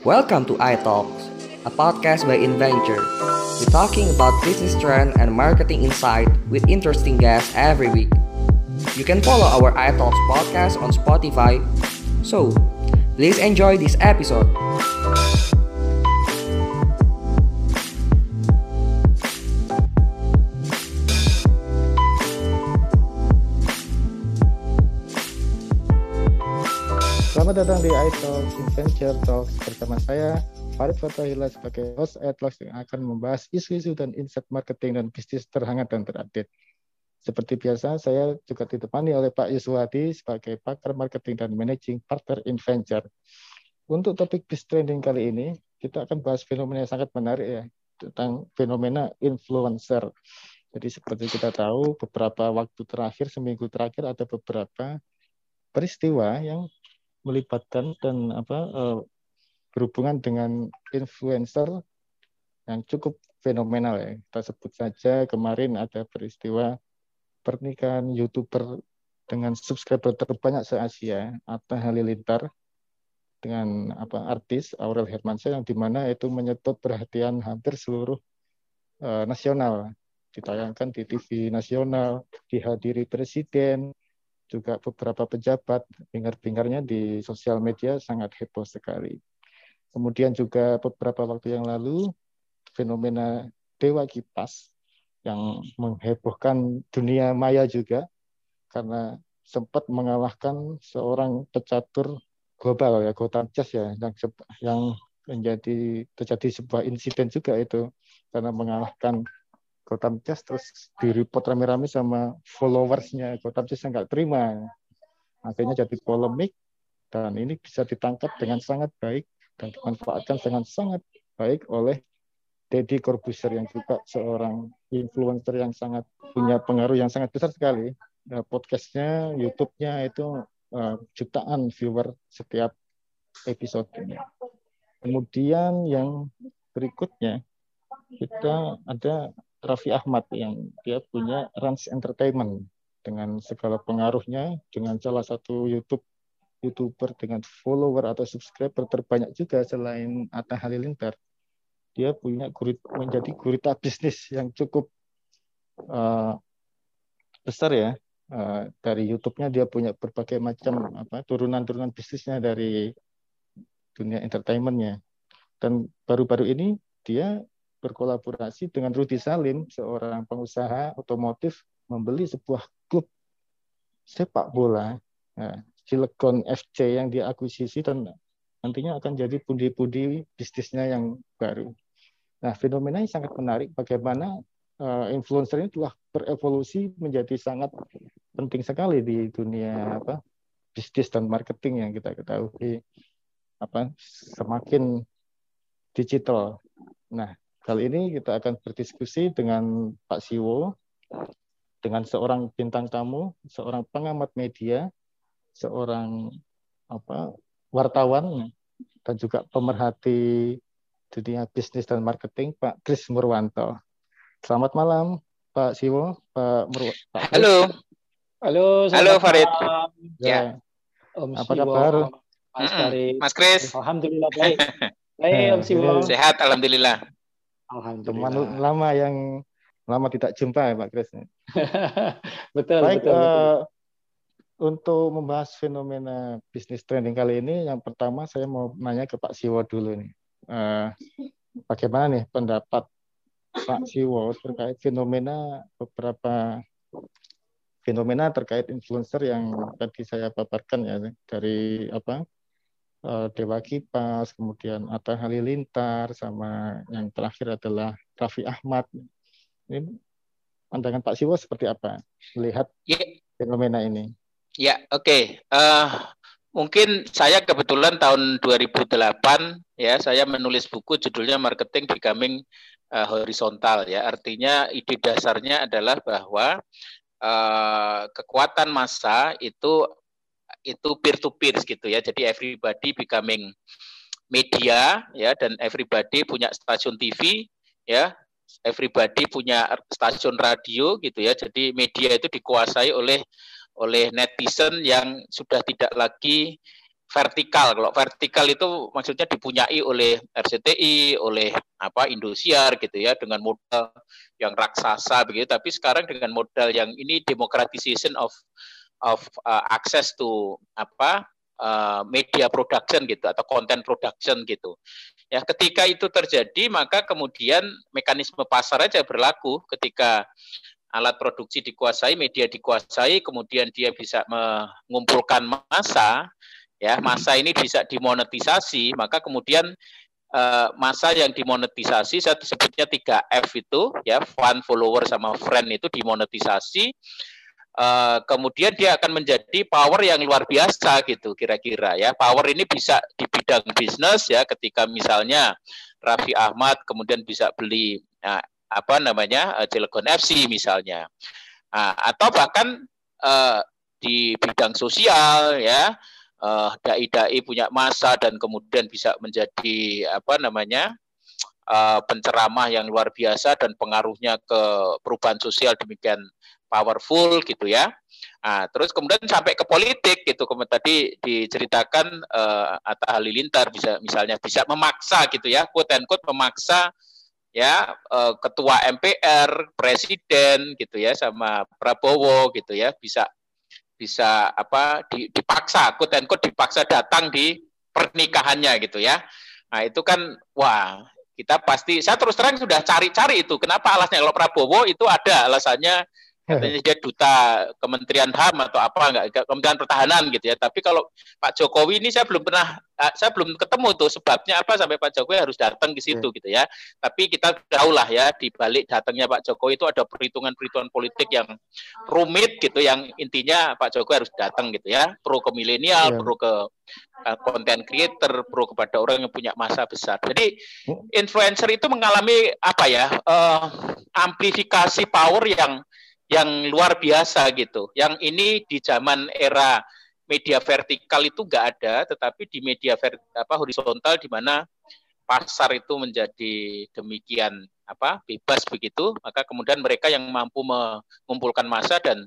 Welcome to iTalks, a podcast by InVenture. We're talking about business trend and marketing insight with interesting guests every week. You can follow our iTalks podcast on Spotify. So, please enjoy this episode. Selamat datang di iTalks Adventure Talks bersama saya Farid Fatahila sebagai host iTalks yang akan membahas isu-isu dan insight marketing dan bisnis terhangat dan terupdate. Seperti biasa, saya juga ditemani oleh Pak Yuswadi sebagai pakar marketing dan managing partner Adventure. Untuk topik bis trending kali ini, kita akan bahas fenomena yang sangat menarik ya, tentang fenomena influencer. Jadi seperti kita tahu, beberapa waktu terakhir, seminggu terakhir ada beberapa peristiwa yang melibatkan dan berhubungan dengan influencer yang cukup fenomenal ya. Kita sebut saja kemarin ada peristiwa pernikahan YouTuber dengan subscriber terbanyak se-Asia, Atta Halilintar dengan artis Aurel Hermansyah yang dimana itu menyedot perhatian hampir seluruh nasional, ditayangkan di TV nasional, dihadiri presiden, juga beberapa pejabat, bingar-bingarnya di sosial media sangat heboh sekali. Kemudian juga beberapa waktu yang lalu, fenomena Dewa Kipas yang menghebohkan dunia maya juga, karena sempat mengalahkan seorang pecatur global ya, Gautam Chess ya, yang terjadi sebuah insiden juga itu, karena mengalahkan Gautam Chess terus di-report rame-rame sama followersnya Gautam Chess yang nggak terima. Akhirnya jadi polemik dan ini bisa ditangkap dengan sangat baik dan dimanfaatkan dengan sangat baik oleh Deddy Corbuzier yang juga seorang influencer yang sangat punya pengaruh yang sangat besar sekali. Podcastnya, YouTube-nya itu jutaan viewer setiap episodenya. Kemudian yang berikutnya kita ada Raffi Ahmad yang dia punya Rans Entertainment dengan segala pengaruhnya, dengan salah satu YouTuber dengan follower atau subscriber terbanyak juga selain Atta Halilintar. Dia menjadi gurita bisnis yang cukup besar ya. Dari YouTube-nya dia punya berbagai macam turunan-turunan bisnisnya dari dunia entertainment-nya. Dan baru-baru ini dia berkolaborasi dengan Rudy Salim, seorang pengusaha otomotif, membeli sebuah klub sepak bola, Cilegon FC yang diakuisisi dan nantinya akan jadi pundi-pundi bisnisnya yang baru. Nah, fenomena ini sangat menarik bagaimana influencer ini telah berevolusi menjadi sangat penting sekali di dunia bisnis dan marketing yang kita ketahui semakin digital. Nah, kali ini kita akan berdiskusi dengan Pak Siwo, dengan seorang bintang tamu, seorang pengamat media, seorang wartawan, dan juga pemerhati dunia bisnis dan marketing, Pak Kris Murwanto. Selamat malam, Pak Siwo, Pak Murwanto. Halo. Halo Farid. Ya. Om Apa Siwo, kabar? Mas Farid. Mas Kris. Alhamdulillah baik. Baik Om Siwo. Sehat, alhamdulillah. Teman lama yang lama tidak jumpa ya Pak Kris. Betul, baik, betul. Untuk membahas fenomena bisnis trending kali ini, yang pertama saya mau nanya ke Pak Siwo dulu nih. Bagaimana nih pendapat Pak Siwo terkait beberapa fenomena terkait influencer yang tadi saya paparkan ya, dari Dewa Kipas, kemudian Atta Halilintar, sama yang terakhir adalah Raffi Ahmad. Ini pandangan Pak Siwo seperti apa melihat fenomena ini? Ya, oke. Mungkin saya kebetulan tahun 2008 ya, saya menulis buku judulnya Marketing Becoming Horizontal ya. Artinya ide dasarnya adalah bahwa kekuatan massa itu peer to peer gitu ya. Jadi everybody becoming media ya, dan everybody punya stasiun TV ya, everybody punya stasiun radio gitu ya. Jadi media itu dikuasai oleh netizen yang sudah tidak lagi vertikal. Kalau vertikal itu maksudnya dipunyai oleh RCTI, oleh Indosiar gitu ya, dengan modal yang raksasa begitu. Tapi sekarang dengan modal yang ini democratization of access to media production gitu atau content production gitu. Ya, ketika itu terjadi maka kemudian mekanisme pasar aja berlaku. Ketika alat produksi dikuasai, media dikuasai, kemudian dia bisa mengumpulkan massa, ya massa ini bisa dimonetisasi, maka kemudian massa yang dimonetisasi, saya sebutnya 3F itu, ya fan, follower, sama friend itu dimonetisasi, kemudian dia akan menjadi power yang luar biasa gitu kira-kira ya. Power ini bisa di bidang bisnis ya, ketika misalnya Raffi Ahmad kemudian bisa beli Cilegon FC misalnya, atau bahkan di bidang sosial ya, dai-dai punya massa dan kemudian bisa menjadi penceramah yang luar biasa dan pengaruhnya ke perubahan sosial demikian powerful gitu ya. Terus kemudian sampai ke politik gitu. Kemudian tadi diceritakan Atta Halilintar misalnya bisa memaksa gitu ya, quote and quote memaksa ya ketua MPR, presiden gitu ya, sama Prabowo gitu ya, bisa dipaksa, quote and quote dipaksa datang di pernikahannya gitu ya. Nah itu kan wah, kita pasti, saya terus terang sudah cari-cari itu kenapa alasnya. Kalau Prabowo itu ada alasannya, katanya dia duta Kementerian HAM atau enggak Kementerian Pertahanan gitu ya. Tapi kalau Pak Jokowi ini saya belum ketemu tuh sebabnya apa sampai Pak Jokowi harus datang ke situ gitu ya. Tapi kita tahu lah ya, di balik datangnya Pak Jokowi itu ada perhitungan-perhitungan politik yang rumit gitu, yang intinya Pak Jokowi harus datang gitu ya, pro ke milenial, pro ke content creator, pro kepada orang yang punya massa besar. Jadi influencer itu mengalami amplifikasi power yang luar biasa gitu. Yang ini di zaman era media vertikal itu nggak ada, tetapi di media horizontal di mana pasar itu menjadi demikian bebas begitu, maka kemudian mereka yang mampu mengumpulkan massa dan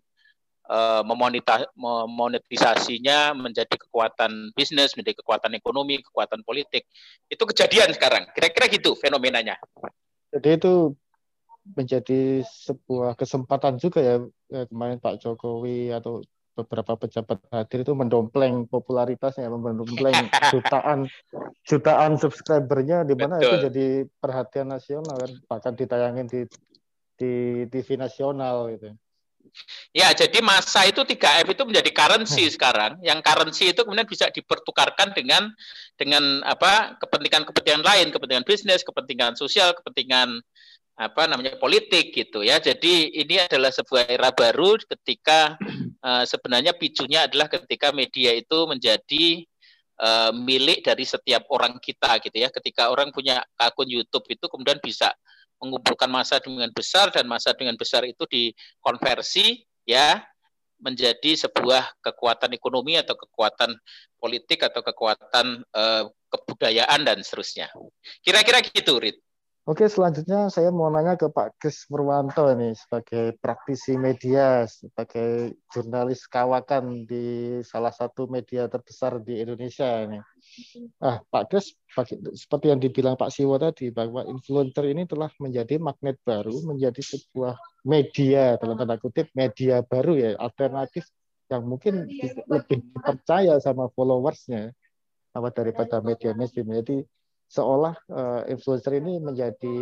memonetisasinya menjadi kekuatan bisnis, menjadi kekuatan ekonomi, kekuatan politik. Itu kejadian sekarang. Kira-kira gitu fenomenanya. Jadi itu menjadi sebuah kesempatan juga ya, kemarin Pak Jokowi atau beberapa pejabat hadir itu mendompleng popularitasnya, mendompleng jutaan subscribernya, di mana itu jadi perhatian nasional kan, bahkan ditayangin di TV nasional gitu. Ya, jadi massa itu 3F itu menjadi currency sekarang. Yang currency itu kemudian bisa dipertukarkan dengan kepentingan lain, kepentingan bisnis, kepentingan sosial, kepentingan politik gitu ya. Jadi ini adalah sebuah era baru ketika sebenarnya picunya adalah ketika media itu menjadi milik dari setiap orang kita gitu ya. Ketika orang punya akun YouTube itu kemudian bisa mengumpulkan massa dengan besar, dan massa dengan besar itu dikonversi ya menjadi sebuah kekuatan ekonomi atau kekuatan politik atau kekuatan kebudayaan dan seterusnya. Kira-kira gitu, Rit. Oke, selanjutnya saya mau nanya ke Pak Kris Purwanto nih, sebagai praktisi media, sebagai jurnalis kawakan di salah satu media terbesar di Indonesia nih. Pak Kris, seperti yang dibilang Pak Siwo tadi, bahwa influencer ini telah menjadi magnet baru, menjadi sebuah media, dalam tanda kutip, media baru ya, alternatif yang mungkin lebih dipercaya sama followersnya daripada media mainstream. Jadi seolah influencer ini menjadi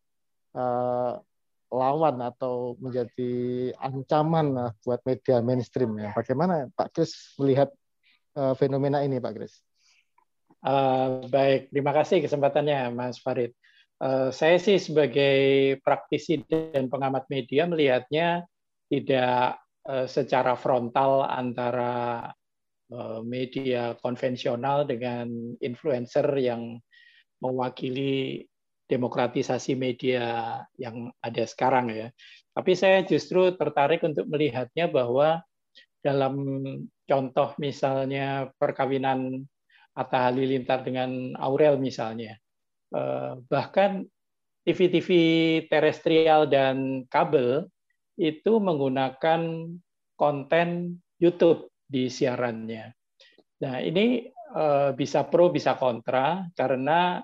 lawan atau menjadi ancaman buat media mainstream ya. Bagaimana Pak Kris melihat fenomena ini, Pak Kris? Baik, terima kasih kesempatannya, Mas Farid. Saya sih sebagai praktisi dan pengamat media melihatnya tidak secara frontal antara media konvensional dengan influencer yang mewakili demokratisasi media yang ada sekarang ya. Tapi saya justru tertarik untuk melihatnya bahwa dalam contoh misalnya perkawinan Atta Halilintar dengan Aurel misalnya, bahkan TV-TV terestrial dan kabel itu menggunakan konten YouTube di siarannya. Nah, ini bisa pro, bisa kontra, karena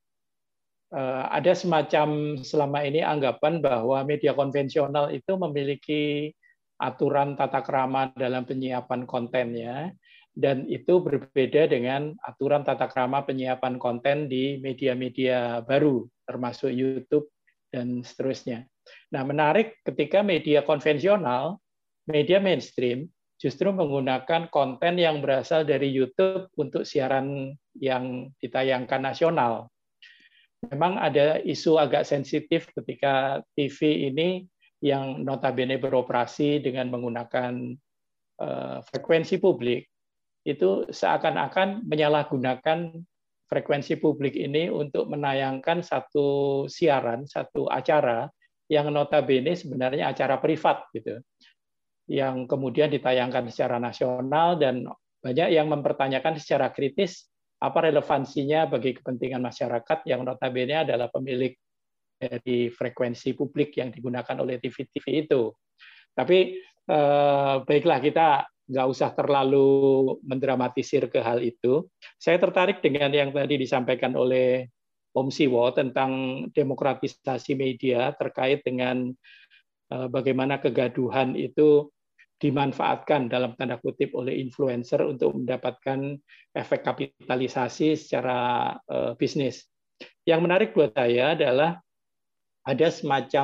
ada semacam selama ini anggapan bahwa media konvensional itu memiliki aturan tata krama dalam penyiapan kontennya, dan itu berbeda dengan aturan tata krama penyiapan konten di media-media baru, termasuk YouTube dan seterusnya. Nah, menarik ketika media konvensional, media mainstream, justru menggunakan konten yang berasal dari YouTube untuk siaran yang ditayangkan nasional. Memang ada isu agak sensitif ketika TV ini yang notabene beroperasi dengan menggunakan frekuensi publik, itu seakan-akan menyalahgunakan frekuensi publik ini untuk menayangkan satu siaran, satu acara yang notabene sebenarnya acara privat gitu, yang kemudian ditayangkan secara nasional, dan banyak yang mempertanyakan secara kritis apa relevansinya bagi kepentingan masyarakat yang notabene adalah pemilik dari frekuensi publik yang digunakan oleh TV-TV itu. Tapi baiklah, kita nggak usah terlalu mendramatisir ke hal itu. Saya tertarik dengan yang tadi disampaikan oleh Om Siwo tentang demokratisasi media terkait dengan bagaimana kegaduhan itu dimanfaatkan dalam tanda kutip oleh influencer untuk mendapatkan efek kapitalisasi secara bisnis. Yang menarik buat saya adalah ada semacam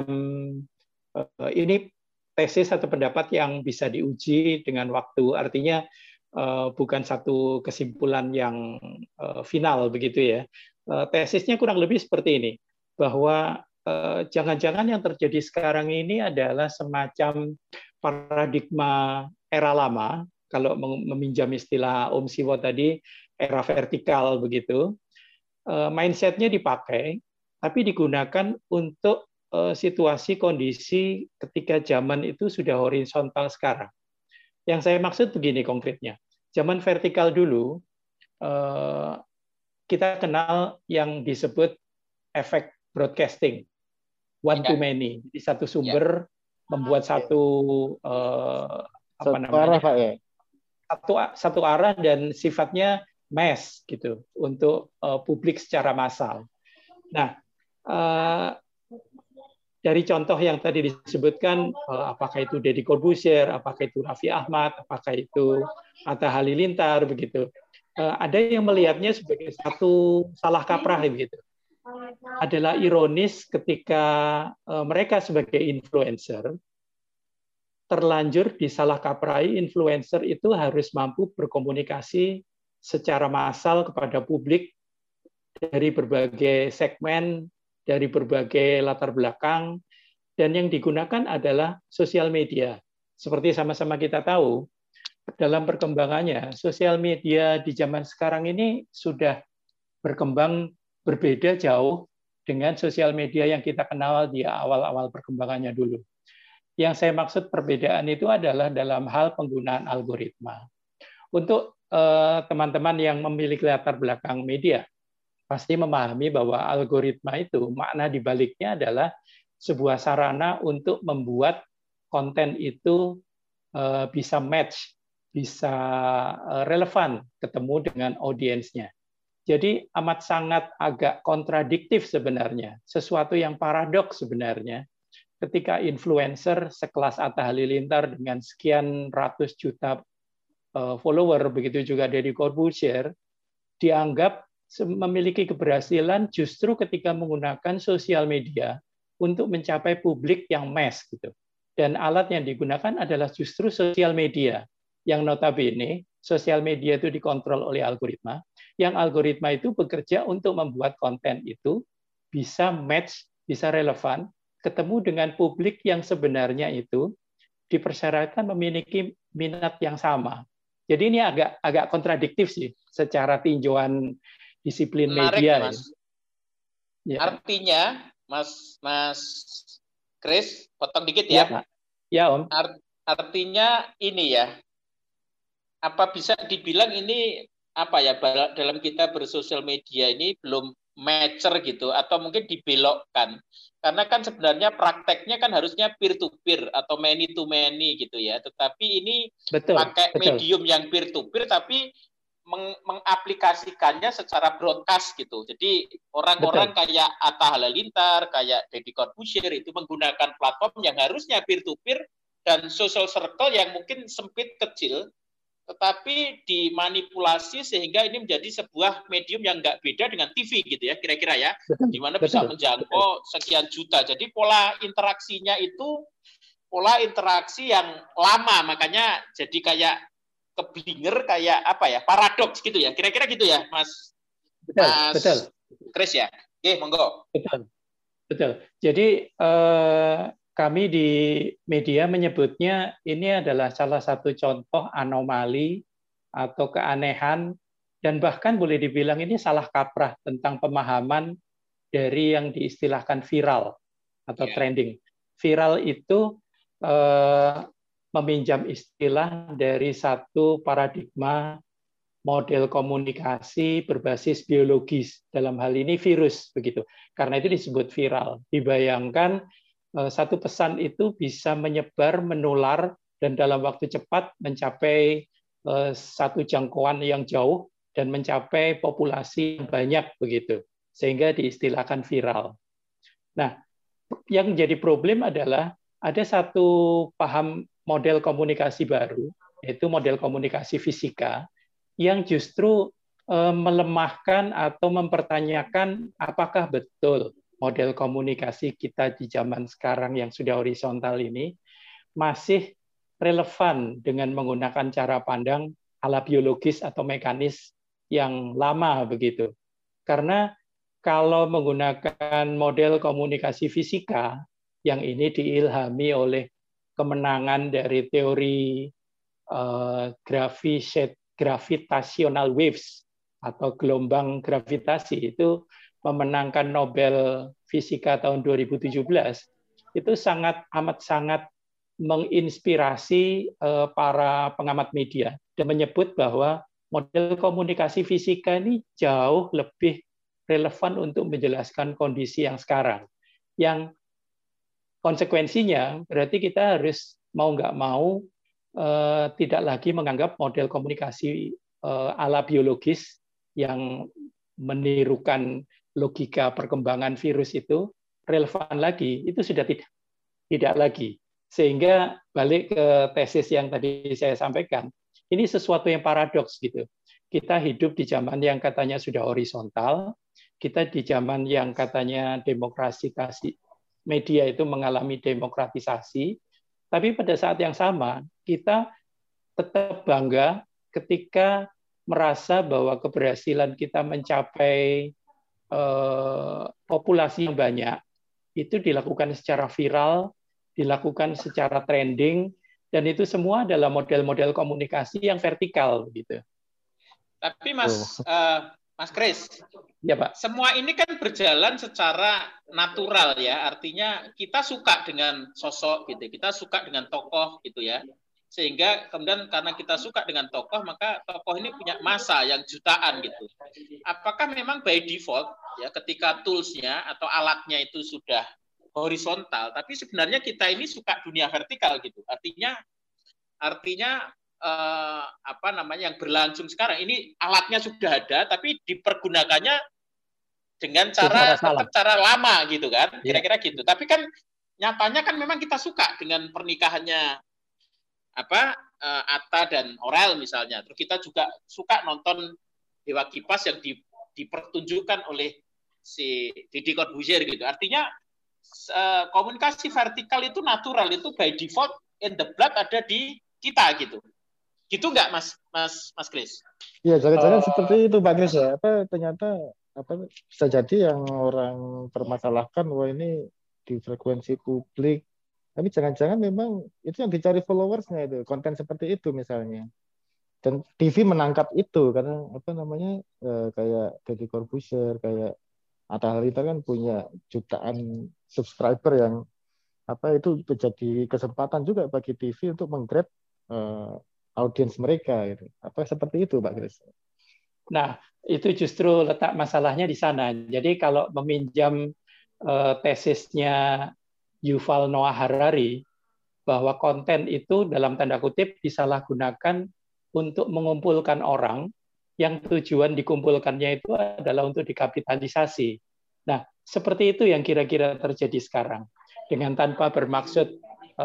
ini tesis atau pendapat yang bisa diuji dengan waktu, artinya bukan satu kesimpulan yang final begitu ya. Tesisnya kurang lebih seperti ini, bahwa jangan-jangan yang terjadi sekarang ini adalah semacam paradigma era lama, kalau meminjam istilah Om Siwo tadi, era vertikal begitu. Mindset-nya dipakai, tapi digunakan untuk situasi kondisi ketika zaman itu sudah horizontal sekarang. Yang saya maksud begini konkretnya, zaman vertikal dulu, kita kenal yang disebut efek broadcasting, one to many, di satu sumber membuat satu arah, Pak, ya? satu arah dan sifatnya mass gitu untuk publik secara massal. Nah, dari contoh yang tadi disebutkan, apakah itu Deddy Corbuzier, apakah itu Raffi Ahmad, apakah itu Atta Halilintar begitu, ada yang melihatnya sebagai satu salah kaprah begitu. Adalah ironis ketika mereka sebagai influencer terlanjur disalahkaprai. Influencer itu harus mampu berkomunikasi secara massal kepada publik dari berbagai segmen, dari berbagai latar belakang, dan yang digunakan adalah sosial media. Seperti sama-sama kita tahu, dalam perkembangannya, sosial media di zaman sekarang ini sudah berkembang berbeda jauh dengan sosial media yang kita kenal di awal-awal perkembangannya dulu. Yang saya maksud perbedaan itu adalah dalam hal penggunaan algoritma. Untuk teman-teman yang memiliki latar belakang media, pasti memahami bahwa algoritma itu makna dibaliknya adalah sebuah sarana untuk membuat konten itu bisa match, bisa relevan ketemu dengan audiensnya. Jadi amat sangat agak kontradiktif sebenarnya, sesuatu yang paradoks sebenarnya, ketika influencer sekelas Atta Halilintar dengan sekian ratus juta follower, begitu juga Deddy Corbuzier, dianggap memiliki keberhasilan justru ketika menggunakan sosial media untuk mencapai publik yang mass gitu. Dan alat yang digunakan adalah justru sosial media, yang notabene sosial media itu dikontrol oleh algoritma, yang algoritma itu bekerja untuk membuat konten itu bisa match, bisa relevan, ketemu dengan publik yang sebenarnya itu dipersyaratkan memiliki minat yang sama. Jadi ini agak kontradiktif sih secara tinjauan disiplin menarik, media. Mas. Ya. Artinya, Mas Chris, potong dikit ya. Pak. Ya, Om. Artinya ini ya, apa bisa dibilang ini apa ya, dalam kita bersosial media ini belum mature gitu, atau mungkin dibelokkan, karena kan sebenarnya prakteknya kan harusnya peer to peer atau many to many gitu ya, tetapi ini pakai medium yang peer to peer, tapi mengaplikasikannya secara broadcast gitu. Jadi orang-orang kayak Atta Halilintar, kayak Deddy Corbuzier itu menggunakan platform yang harusnya peer-to-peer dan social circle yang mungkin sempit kecil, tetapi dimanipulasi sehingga ini menjadi sebuah medium yang nggak beda dengan TV gitu ya, kira-kira ya, di mana bisa menjangkau sekian juta. Jadi pola interaksinya itu pola interaksi yang lama, makanya jadi kayak keblinger, kayak apa ya, paradoks gitu ya, kira-kira gitu ya, Mas. Betul. Chris ya. Oke, monggo. Betul. Jadi kami di media menyebutnya ini adalah salah satu contoh anomali atau keanehan, dan bahkan boleh dibilang ini salah kaprah tentang pemahaman dari yang diistilahkan viral atau trending. Viral itu meminjam istilah dari satu paradigma model komunikasi berbasis biologis, dalam hal ini virus begitu. Karena itu disebut viral. Dibayangkan satu pesan itu bisa menyebar, menular, dan dalam waktu cepat mencapai satu jangkauan yang jauh dan mencapai populasi yang banyak begitu, sehingga diistilahkan viral. Nah, yang menjadi problem adalah ada satu paham model komunikasi baru, yaitu model komunikasi fisika, yang justru melemahkan atau mempertanyakan apakah betul model komunikasi kita di zaman sekarang yang sudah horizontal ini masih relevan dengan menggunakan cara pandang ala biologis atau mekanis yang lama begitu. Karena kalau menggunakan model komunikasi fisika yang ini diilhami oleh kemenangan dari teori gravitational waves atau gelombang gravitasi, itu memenangkan Nobel Fisika tahun 2017, itu amat sangat menginspirasi para pengamat media dan menyebut bahwa model komunikasi fisika ini jauh lebih relevan untuk menjelaskan kondisi yang sekarang. Yang konsekuensinya berarti kita harus mau nggak mau tidak lagi menganggap model komunikasi ala biologis yang menirukan logika perkembangan virus itu relevan lagi. Itu sudah tidak lagi. Sehingga balik ke tesis yang tadi saya sampaikan, ini sesuatu yang paradoks gitu. Kita hidup di zaman yang katanya sudah horizontal, kita di zaman yang katanya demokratisasi, media itu mengalami demokratisasi, tapi pada saat yang sama kita tetap bangga ketika merasa bahwa keberhasilan kita mencapai populasi yang banyak itu dilakukan secara viral, dilakukan secara trending, dan itu semua adalah model-model komunikasi yang vertikal gitu. Tapi Mas Chris, ya Pak, semua ini kan berjalan secara natural ya, artinya kita suka dengan sosok gitu, kita suka dengan tokoh gitu ya, sehingga kemudian karena kita suka dengan tokoh, maka tokoh ini punya massa yang jutaan gitu. Apakah memang by default ya ketika toolsnya atau alatnya itu sudah horizontal, tapi sebenarnya kita ini suka dunia vertikal gitu, artinya apa namanya yang berlangsung sekarang ini alatnya sudah ada tapi dipergunakannya dengan cara lama gitu kan, kira-kira gitu. Tapi kan nyatanya kan memang kita suka dengan pernikahannya Atta dan Aurel misalnya. Terus kita juga suka nonton Dewa Kipas yang dipertunjukkan oleh si Deddy Corbuzier gitu. Artinya komunikasi vertikal itu natural, itu by default in the blood ada di kita gitu. Gitu nggak Mas Chris? Iya, jangan-jangan seperti itu Pak Chris ya. Ternyata bisa jadi yang orang permasalahkan wah ini di frekuensi publik. Tapi jangan-jangan memang itu yang dicari followersnya itu, konten seperti itu misalnya. Dan TV menangkap itu karena kayak Deddy Corbuzier, kayak Atta Halilintar kan punya jutaan subscriber yang itu menjadi kesempatan juga bagi TV untuk menggrab audiens mereka gitu. Seperti itu Pak Chris? Nah, itu justru letak masalahnya di sana. Jadi kalau meminjam tesisnya Yuval Noah Harari bahwa konten itu dalam tanda kutip disalahgunakan untuk mengumpulkan orang, yang tujuan dikumpulkannya itu adalah untuk dikapitalisasi. Nah, seperti itu yang kira-kira terjadi sekarang. Dengan tanpa bermaksud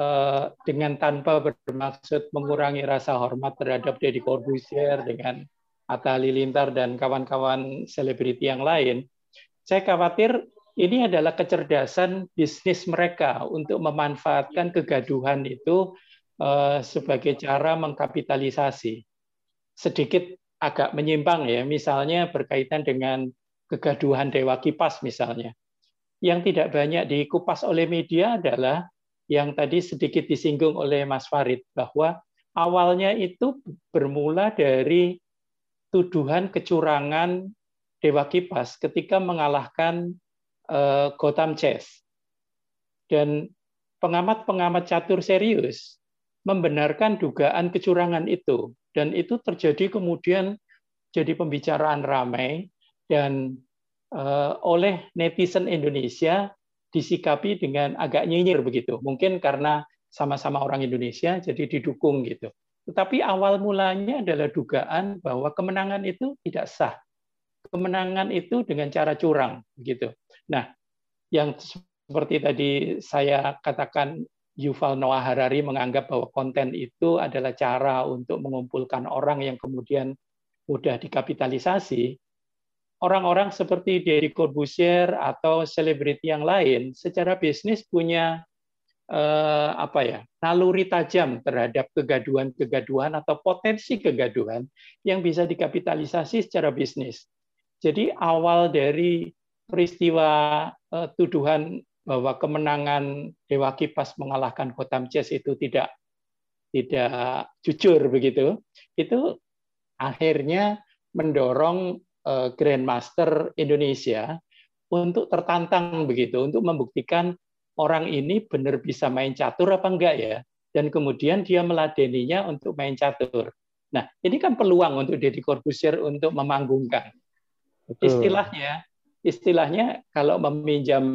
mengurangi rasa hormat terhadap Deddy Corbuzier, dengan Atta Halilintar dan kawan-kawan selebriti yang lain, saya khawatir ini adalah kecerdasan bisnis mereka untuk memanfaatkan kegaduhan itu sebagai cara mengkapitalisasi. Sedikit agak menyimpang ya, misalnya berkaitan dengan kegaduhan Dewa Kipas misalnya. Yang tidak banyak dikupas oleh media adalah yang tadi sedikit disinggung oleh Mas Farid, bahwa awalnya itu bermula dari tuduhan kecurangan Dewa Kipas ketika mengalahkan Gotham Chess. Dan pengamat-pengamat catur serius membenarkan dugaan kecurangan itu. Dan itu terjadi kemudian jadi pembicaraan ramai dan oleh netizen Indonesia disikapi dengan agak nyinyir begitu. Mungkin karena sama-sama orang Indonesia jadi didukung gitu. Tetapi awal mulanya adalah dugaan bahwa kemenangan itu tidak sah. Kemenangan itu dengan cara curang begitu. Nah, yang seperti tadi saya katakan, Yuval Noah Harari menganggap bahwa konten itu adalah cara untuk mengumpulkan orang yang kemudian mudah dikapitalisasi. Orang-orang seperti Deddy Corbuzier atau selebriti yang lain secara bisnis punya naluri tajam terhadap kegaduhan-kegaduhan atau potensi kegaduhan yang bisa dikapitalisasi secara bisnis. Jadi awal dari peristiwa tuduhan bahwa kemenangan Dewa Kipas mengalahkan Gotham Chess itu tidak jujur begitu, itu akhirnya mendorong Grandmaster Indonesia untuk tertantang begitu, untuk membuktikan orang ini benar bisa main catur apa enggak ya, dan kemudian dia meladeninya untuk main catur. Nah, ini kan peluang untuk Deddy Corbuzier untuk memanggungkan. Istilahnya kalau meminjam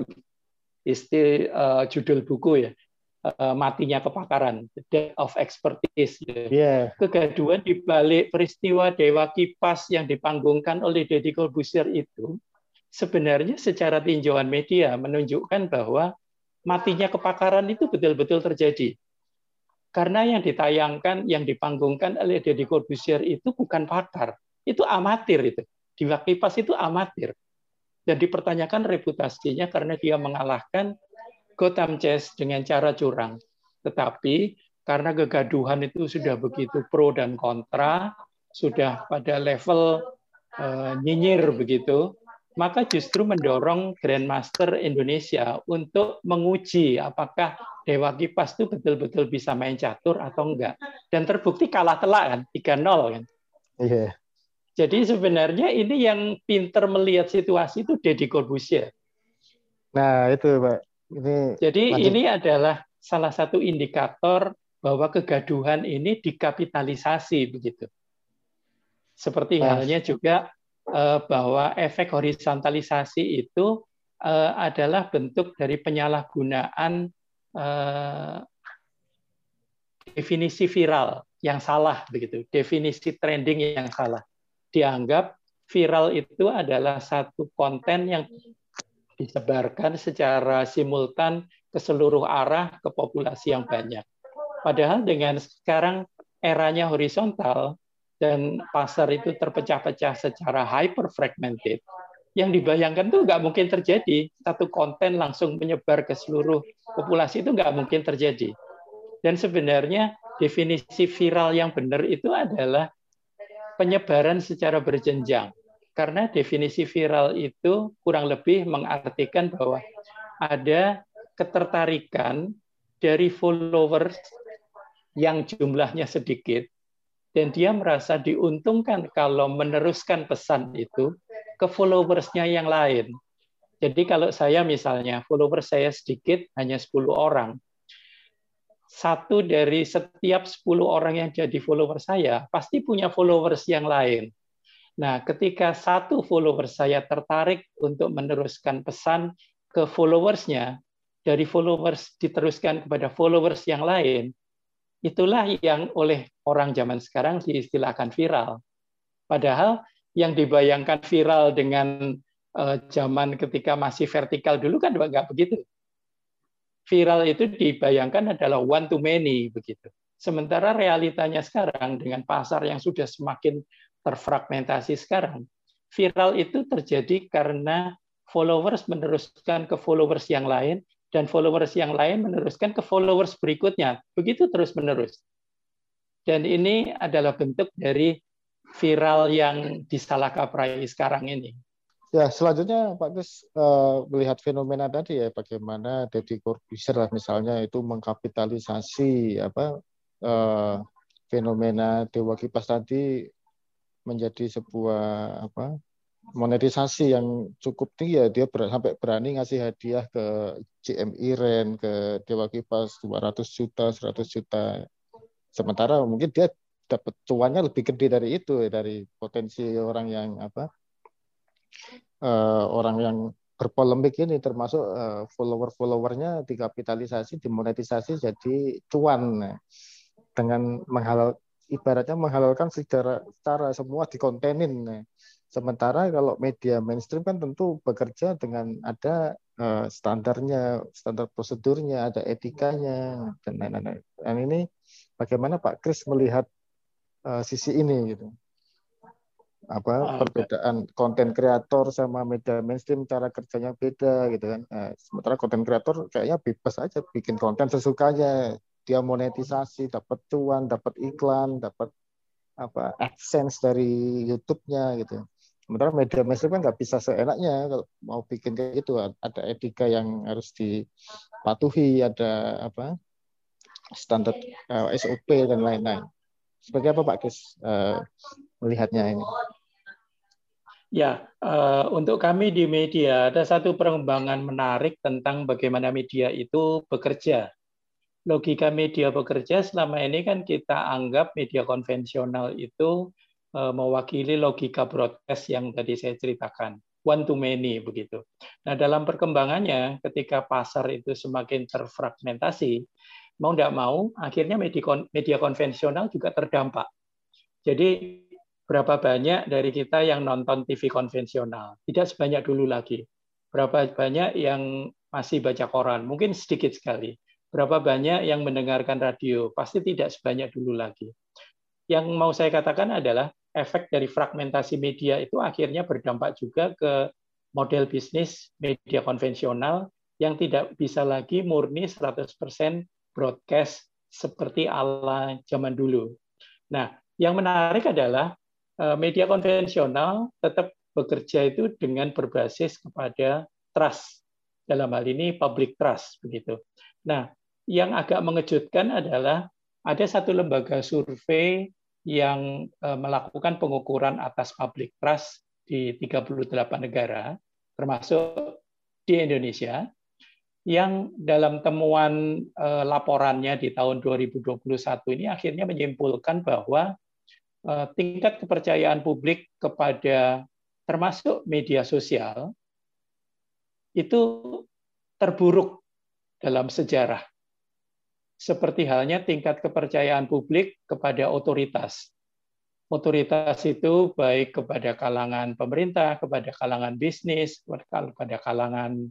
judul buku ya, matinya kepakaran, the death of expertise. Yeah. Kegaduhan di balik peristiwa Dewa Kipas yang dipanggungkan oleh Deddy Corbuzier itu sebenarnya secara tinjauan media menunjukkan bahwa matinya kepakaran itu betul-betul terjadi. Karena yang ditayangkan, yang dipanggungkan oleh Deddy Corbuzier itu bukan pakar, itu amatir itu. Dewa Kipas itu amatir. Dan dipertanyakan reputasinya karena dia mengalahkan Gotham Chess dengan cara curang. Tetapi karena kegaduhan itu sudah begitu pro dan kontra, sudah pada level nyinyir begitu, maka justru mendorong Grandmaster Indonesia untuk menguji apakah Dewa Kipas itu betul-betul bisa main catur atau enggak. Dan terbukti kalah telak kan, 3-0 kan. Yeah. Jadi sebenarnya ini yang pinter melihat situasi itu Deddy Corbuzier. Nah itu Pak. Ini adalah salah satu indikator bahwa kegaduhan ini dikapitalisasi begitu. Seperti halnya juga bahwa efek horizontalisasi itu adalah bentuk dari penyalahgunaan definisi viral yang salah begitu, definisi trending yang salah. Dianggap viral itu adalah satu konten yang disebarkan secara simultan ke seluruh arah ke populasi yang banyak. Padahal dengan sekarang eranya horizontal dan pasar itu terpecah-pecah secara hyper fragmented, yang dibayangkan itu nggak mungkin terjadi. Satu konten langsung menyebar ke seluruh populasi itu nggak mungkin terjadi. Dan sebenarnya definisi viral yang benar itu adalah penyebaran secara berjenjang. Karena definisi viral itu kurang lebih mengartikan bahwa ada ketertarikan dari followers yang jumlahnya sedikit, dan dia merasa diuntungkan kalau meneruskan pesan itu ke followers-nya yang lain. Jadi kalau saya misalnya, followers saya sedikit, hanya 10 orang, satu dari setiap 10 orang yang jadi follower saya pasti punya followers yang lain. Nah, ketika satu followers saya tertarik untuk meneruskan pesan ke followers-nya, dari followers diteruskan kepada followers yang lain, itulah yang oleh orang zaman sekarang diistilahkan viral. Padahal yang dibayangkan viral dengan zaman ketika masih vertikal dulu kan nggak begitu. Viral itu dibayangkan adalah one to many begitu. Sementara realitanya sekarang dengan pasar yang sudah semakin terfragmentasi sekarang, viral itu terjadi karena followers meneruskan ke followers yang lain dan followers yang lain meneruskan ke followers berikutnya. Begitu terus-menerus. Dan ini adalah bentuk dari viral yang disalahkaprai sekarang ini. Ya, selanjutnya Pak Kris melihat fenomena tadi ya, bagaimana Deddy Corbuzier lah misalnya itu mengkapitalisasi fenomena Dewa Kipas tadi menjadi sebuah monetisasi yang cukup tinggi ya. Dia sampai berani ngasih hadiah ke JM Iren, ke Dewa Kipas 200 juta, 100 juta. Sementara mungkin dia dapat cuannya lebih gede dari itu ya, dari potensi orang yang orang yang berpolemik ini, termasuk follower-followernya dikapitalisasi, dimonetisasi jadi cuan dengan ibaratnya menghalalkan secara semua dikontenin. Sementara kalau media mainstream kan tentu bekerja dengan ada standarnya, standar prosedurnya, ada etikanya dan lain-lain. Dan ini bagaimana Pak Kris melihat sisi ini gitu? Perbedaan konten kreator sama media mainstream, cara kerjanya beda gitu kan. Sementara konten kreator kayaknya bebas aja bikin konten sesukanya, dia monetisasi, dapat cuan, dapat iklan, dapat AdSense dari YouTube-nya gitu. Sementara media mainstream kan nggak bisa seenaknya kalau mau bikin kayak itu, ada etika yang harus dipatuhi, ada standar SOP dan lain-lain. Seperti apa Pak Kris melihatnya ini? Ya, untuk kami di media ada satu perkembangan menarik tentang bagaimana media itu bekerja. Logika media bekerja selama ini kan kita anggap media konvensional itu mewakili logika broadcast yang tadi saya ceritakan, one to many begitu. Nah, dalam perkembangannya ketika pasar itu semakin terfragmentasi, mau tidak mau akhirnya media konvensional juga terdampak. Jadi berapa banyak dari kita yang nonton TV konvensional? Tidak sebanyak dulu lagi. Berapa banyak yang masih baca koran? Mungkin sedikit sekali. Berapa banyak yang mendengarkan radio? Pasti tidak sebanyak dulu lagi. Yang mau saya katakan adalah efek dari fragmentasi media itu akhirnya berdampak juga ke model bisnis media konvensional yang tidak bisa lagi murni 100% broadcast seperti ala zaman dulu. Nah, yang menarik adalah media konvensional tetap bekerja itu dengan berbasis kepada trust. Dalam hal ini public trust begitu. Nah, yang agak mengejutkan adalah ada satu lembaga survei yang melakukan pengukuran atas public trust di 38 negara, termasuk di Indonesia, yang dalam temuan laporannya di tahun 2021 ini akhirnya menyimpulkan bahwa tingkat kepercayaan publik kepada termasuk media sosial itu terburuk dalam sejarah. Seperti halnya tingkat kepercayaan publik kepada otoritas. Otoritas itu baik kepada kalangan pemerintah, kepada kalangan bisnis, kepada kalangan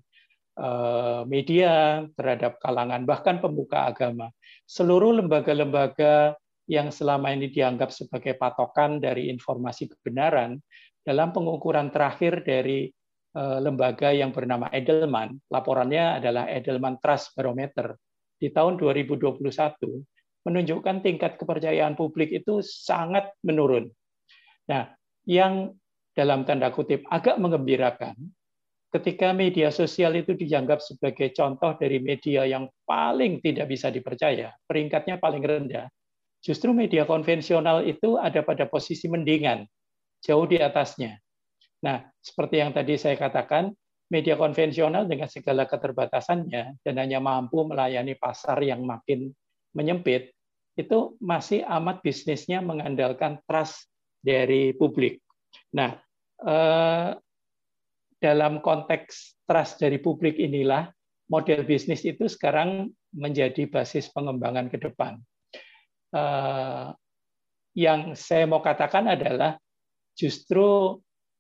media, terhadap kalangan bahkan pemuka agama. Seluruh lembaga-lembaga yang selama ini dianggap sebagai patokan dari informasi kebenaran, dalam pengukuran terakhir dari lembaga yang bernama Edelman, laporannya adalah Edelman Trust Barometer, di tahun 2021, menunjukkan tingkat kepercayaan publik itu sangat menurun. Nah, yang dalam tanda kutip agak menggembirakan, ketika media sosial itu dianggap sebagai contoh dari media yang paling tidak bisa dipercaya, peringkatnya paling rendah, justru media konvensional itu ada pada posisi mendingan, jauh di atasnya. Nah, seperti yang tadi saya katakan, media konvensional dengan segala keterbatasannya dan hanya mampu melayani pasar yang makin menyempit, itu masih amat bisnisnya mengandalkan trust dari publik. Nah, dalam konteks trust dari publik inilah model bisnis itu sekarang menjadi basis pengembangan ke depan. Yang saya mau katakan adalah justru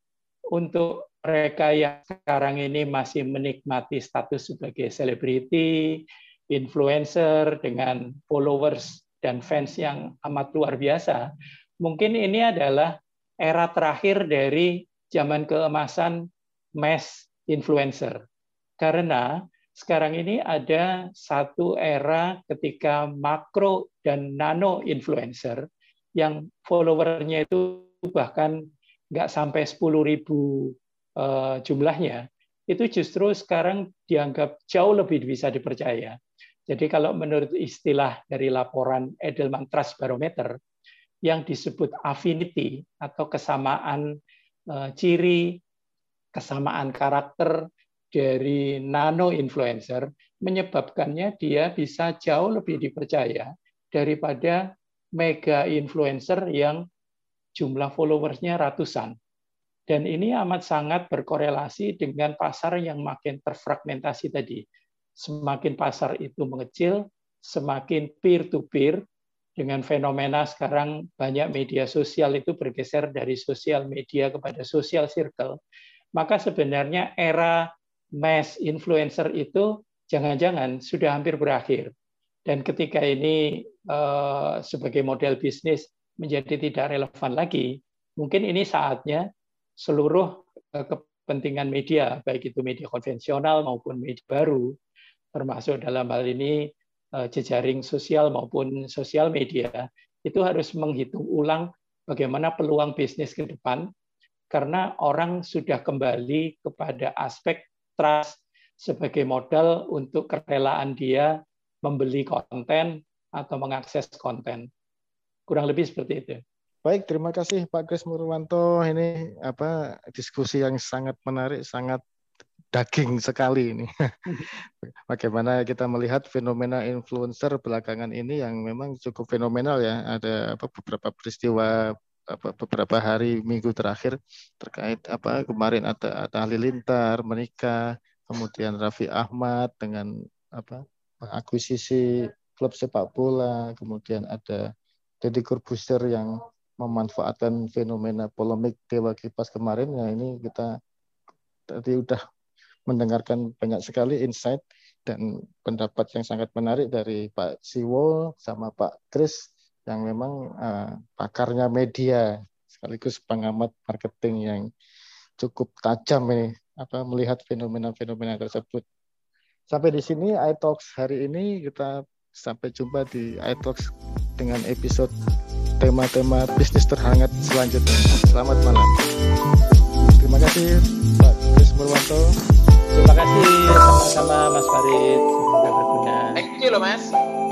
untuk mereka yang sekarang ini masih menikmati status sebagai selebriti, influencer dengan followers dan fans yang amat luar biasa, mungkin ini adalah era terakhir dari zaman keemasan mass influencer. Karena sekarang ini ada satu era ketika makro dan nano influencer yang followernya itu bahkan nggak sampai 10.000 jumlahnya, itu justru sekarang dianggap jauh lebih bisa dipercaya. Jadi kalau menurut istilah dari laporan Edelman Trust Barometer, yang disebut affinity atau kesamaan ciri, kesamaan karakter dari nano influencer menyebabkannya dia bisa jauh lebih dipercaya daripada mega influencer yang jumlah followersnya ratusan. Dan ini amat sangat berkorelasi dengan pasar yang makin terfragmentasi tadi. Semakin pasar itu mengecil, semakin peer-to-peer, dengan fenomena sekarang banyak media sosial itu bergeser dari sosial media kepada social circle, maka sebenarnya era mass influencer itu jangan-jangan sudah hampir berakhir. Dan ketika ini sebagai model bisnis menjadi tidak relevan lagi, mungkin ini saatnya seluruh kepentingan media, baik itu media konvensional maupun media baru, termasuk dalam hal ini jejaring sosial maupun sosial media, itu harus menghitung ulang bagaimana peluang bisnis ke depan, karena orang sudah kembali kepada aspek trust sebagai modal untuk kerelaan dia membeli konten atau mengakses konten. Kurang lebih seperti itu. Baik, terima kasih Pak Kris Murwanto. Ini diskusi yang sangat menarik, sangat daging sekali ini. Bagaimana kita melihat fenomena influencer belakangan ini yang memang cukup fenomenal ya. Ada beberapa peristiwa beberapa hari minggu terakhir terkait kemarin ada Halilintar menikah, kemudian Raffi Ahmad dengan mengakuisisi klub sepak bola, kemudian ada Deddy Corbuzier yang memanfaatkan fenomena polemik Dewa Kipas kemarin. Ya, ini kita tadi udah mendengarkan banyak sekali insight dan pendapat yang sangat menarik dari Pak Siwo sama Pak Kris yang memang pakarnya media sekaligus pengamat marketing yang cukup tajam ini melihat fenomena-fenomena tersebut. Sampai di sini iTalks hari ini. Kita sampai jumpa di iTalks dengan episode tema-tema bisnis terhangat selanjutnya. Selamat malam. Terima kasih Pak Kris Murwanto. Terima kasih sama-sama Mas Farid. Semoga berguna. Thank you loh Mas.